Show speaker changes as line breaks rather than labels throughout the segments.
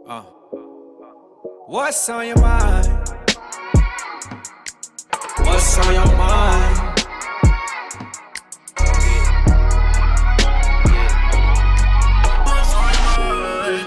Uh, what's on your mind? What's on your mind? What's on your mind?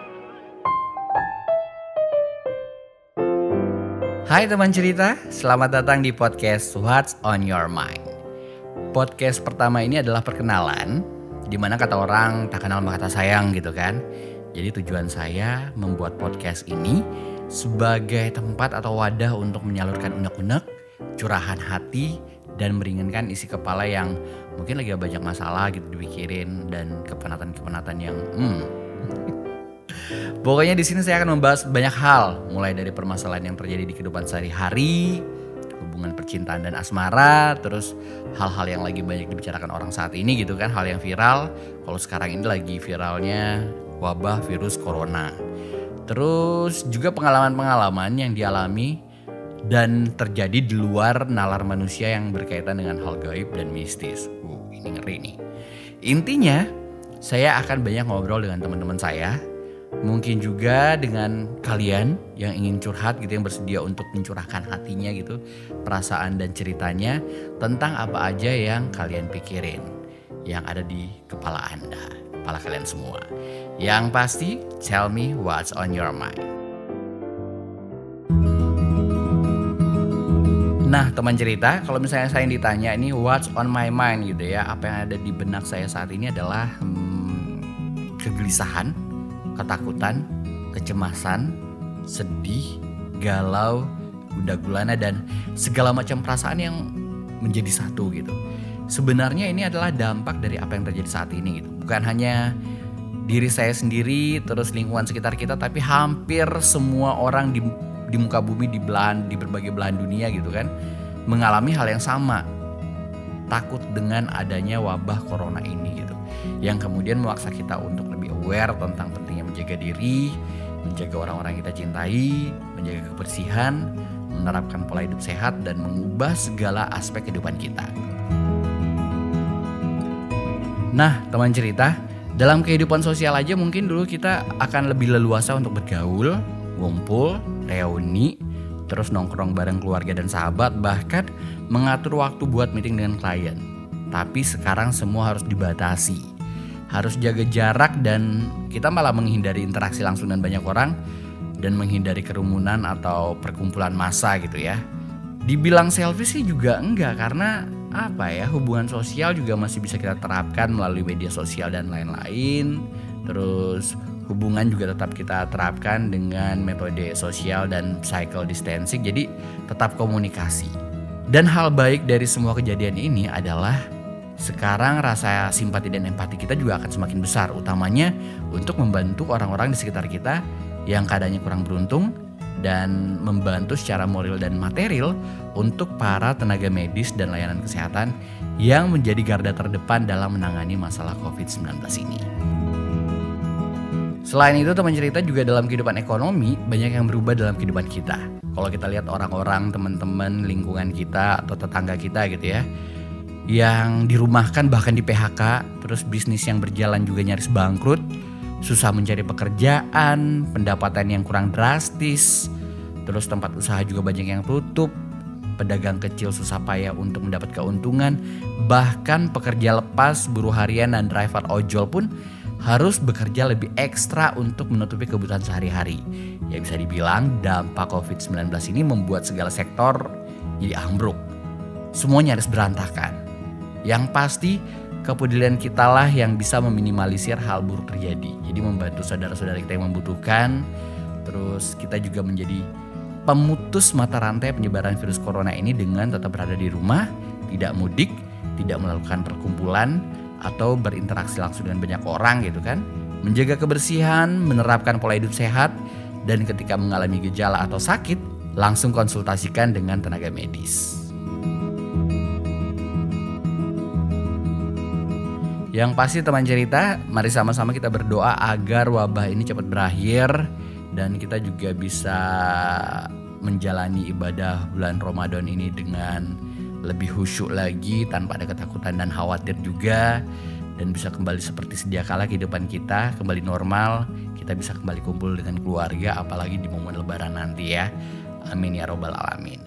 Hai teman cerita, selamat datang di podcast What's on Your Mind. Podcast pertama ini adalah perkenalan, di mana kata orang tak kenal maka tak sayang gitu kan. Jadi tujuan saya membuat podcast ini sebagai tempat atau wadah untuk menyalurkan unek-unek, curahan hati, dan meringankan isi kepala yang mungkin lagi banyak masalah gitu dipikirin dan kepenatan-kepenatan yang Pokoknya di sini saya akan membahas banyak hal, mulai dari permasalahan yang terjadi di kehidupan sehari-hari, hubungan percintaan dan asmara, terus hal-hal yang lagi banyak dibicarakan orang saat ini gitu kan, hal yang viral. Kalau sekarang ini lagi viralnya wabah virus corona. Terus juga pengalaman-pengalaman yang dialami dan terjadi di luar nalar manusia yang berkaitan dengan hal gaib dan mistis. Ini ngeri nih. Intinya, saya akan banyak ngobrol dengan teman-teman saya. Mungkin juga dengan kalian yang ingin curhat gitu, yang bersedia untuk mencurahkan hatinya gitu, perasaan dan ceritanya tentang apa aja yang kalian pikirin, yang ada di kepala Anda, kepala kalian semua. Yang pasti, tell me what's on your mind. Nah teman cerita, kalau misalnya saya ditanya ini what's on my mind gitu ya, apa yang ada di benak saya saat ini adalah kegelisahan, ketakutan, kecemasan, sedih, galau, gundah gulana, dan segala macam perasaan yang menjadi satu gitu. Sebenarnya ini adalah dampak dari apa yang terjadi saat ini gitu. Bukan hanya diri saya sendiri, terus lingkungan sekitar kita, tapi hampir semua orang di muka bumi, di berbagai belahan dunia gitu kan, mengalami hal yang sama. Takut dengan adanya wabah corona ini gitu, yang kemudian memaksa kita untuk lebih aware tentang pentingnya menjaga diri, menjaga orang-orang yang kita cintai, menjaga kebersihan, menerapkan pola hidup sehat, dan mengubah segala aspek kehidupan kita. Nah teman cerita, dalam kehidupan sosial aja mungkin dulu kita akan lebih leluasa untuk bergaul, ngumpul, reuni, terus nongkrong bareng keluarga dan sahabat, bahkan mengatur waktu buat meeting dengan klien. Tapi sekarang semua harus dibatasi, harus jaga jarak, dan kita malah menghindari interaksi langsung dengan banyak orang dan menghindari kerumunan atau perkumpulan massa gitu ya. Dibilang selfish sih juga enggak, karena hubungan sosial juga masih bisa kita terapkan melalui media sosial dan lain-lain. Terus hubungan juga tetap kita terapkan dengan metode sosial dan physical distancing, jadi tetap komunikasi. Dan hal baik dari semua kejadian ini adalah sekarang rasa simpati dan empati kita juga akan semakin besar, utamanya untuk membantu orang-orang di sekitar kita yang keadaannya kurang beruntung, dan membantu secara moral dan material untuk para tenaga medis dan layanan kesehatan yang menjadi garda terdepan dalam menangani masalah COVID-19 ini. Selain itu teman cerita, juga dalam kehidupan ekonomi banyak yang berubah dalam kehidupan kita. Kalau kita lihat orang-orang, teman-teman, lingkungan kita atau tetangga kita gitu ya, yang dirumahkan bahkan di PHK, terus bisnis yang berjalan juga nyaris bangkrut, susah mencari pekerjaan, pendapatan yang kurang drastis, terus tempat usaha juga banyak yang tutup, pedagang kecil susah payah untuk mendapat keuntungan, bahkan pekerja lepas, buruh harian, dan driver ojol pun harus bekerja lebih ekstra untuk menutupi kebutuhan sehari-hari. Ya bisa dibilang dampak COVID-19 ini membuat segala sektor jadi ambruk. Semua nyaris berantakan. Yang pasti kepedulian kita lah yang bisa meminimalisir hal buruk terjadi. Jadi membantu saudara-saudara kita yang membutuhkan. Terus kita juga menjadi pemutus mata rantai penyebaran virus corona ini dengan tetap berada di rumah, tidak mudik, tidak melakukan perkumpulan atau berinteraksi langsung dengan banyak orang gitu kan. Menjaga kebersihan, menerapkan pola hidup sehat, dan ketika mengalami gejala atau sakit, langsung konsultasikan dengan tenaga medis. Yang pasti teman cerita, mari sama-sama kita berdoa agar wabah ini cepat berakhir dan kita juga bisa menjalani ibadah bulan Ramadan ini dengan lebih khusyuk lagi, tanpa ada ketakutan dan khawatir juga, dan bisa kembali seperti sedia kala kehidupan kita, kembali normal. kita bisa kembali kumpul dengan keluarga, apalagi di momen lebaran nanti ya. Amin ya robbal alamin.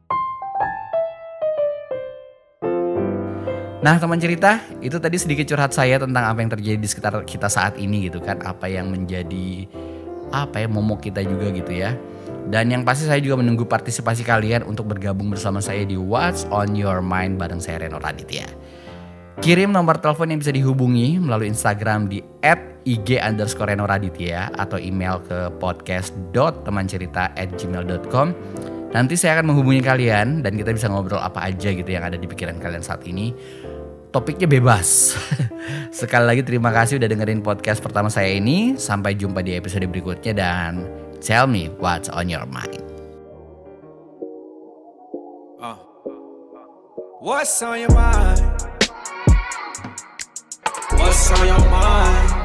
Nah teman cerita, itu tadi sedikit curhat saya tentang apa yang terjadi di sekitar kita saat ini gitu kan. Apa yang menjadi momok kita juga gitu ya. Dan yang pasti saya juga menunggu partisipasi kalian untuk bergabung bersama saya di What's on Your Mind bareng saya Reno Raditya. Kirim nomor telepon yang bisa dihubungi melalui Instagram di @ig_Reno_Raditya atau email ke podcast.temancerita@gmail.com. Nanti saya akan menghubungi kalian dan kita bisa ngobrol apa aja gitu yang ada di pikiran kalian saat ini. Topiknya bebas. Sekali lagi terima kasih udah dengerin podcast pertama saya ini. Sampai jumpa di episode berikutnya dan tell me what's on your mind.
What's on your mind? What's on your mind?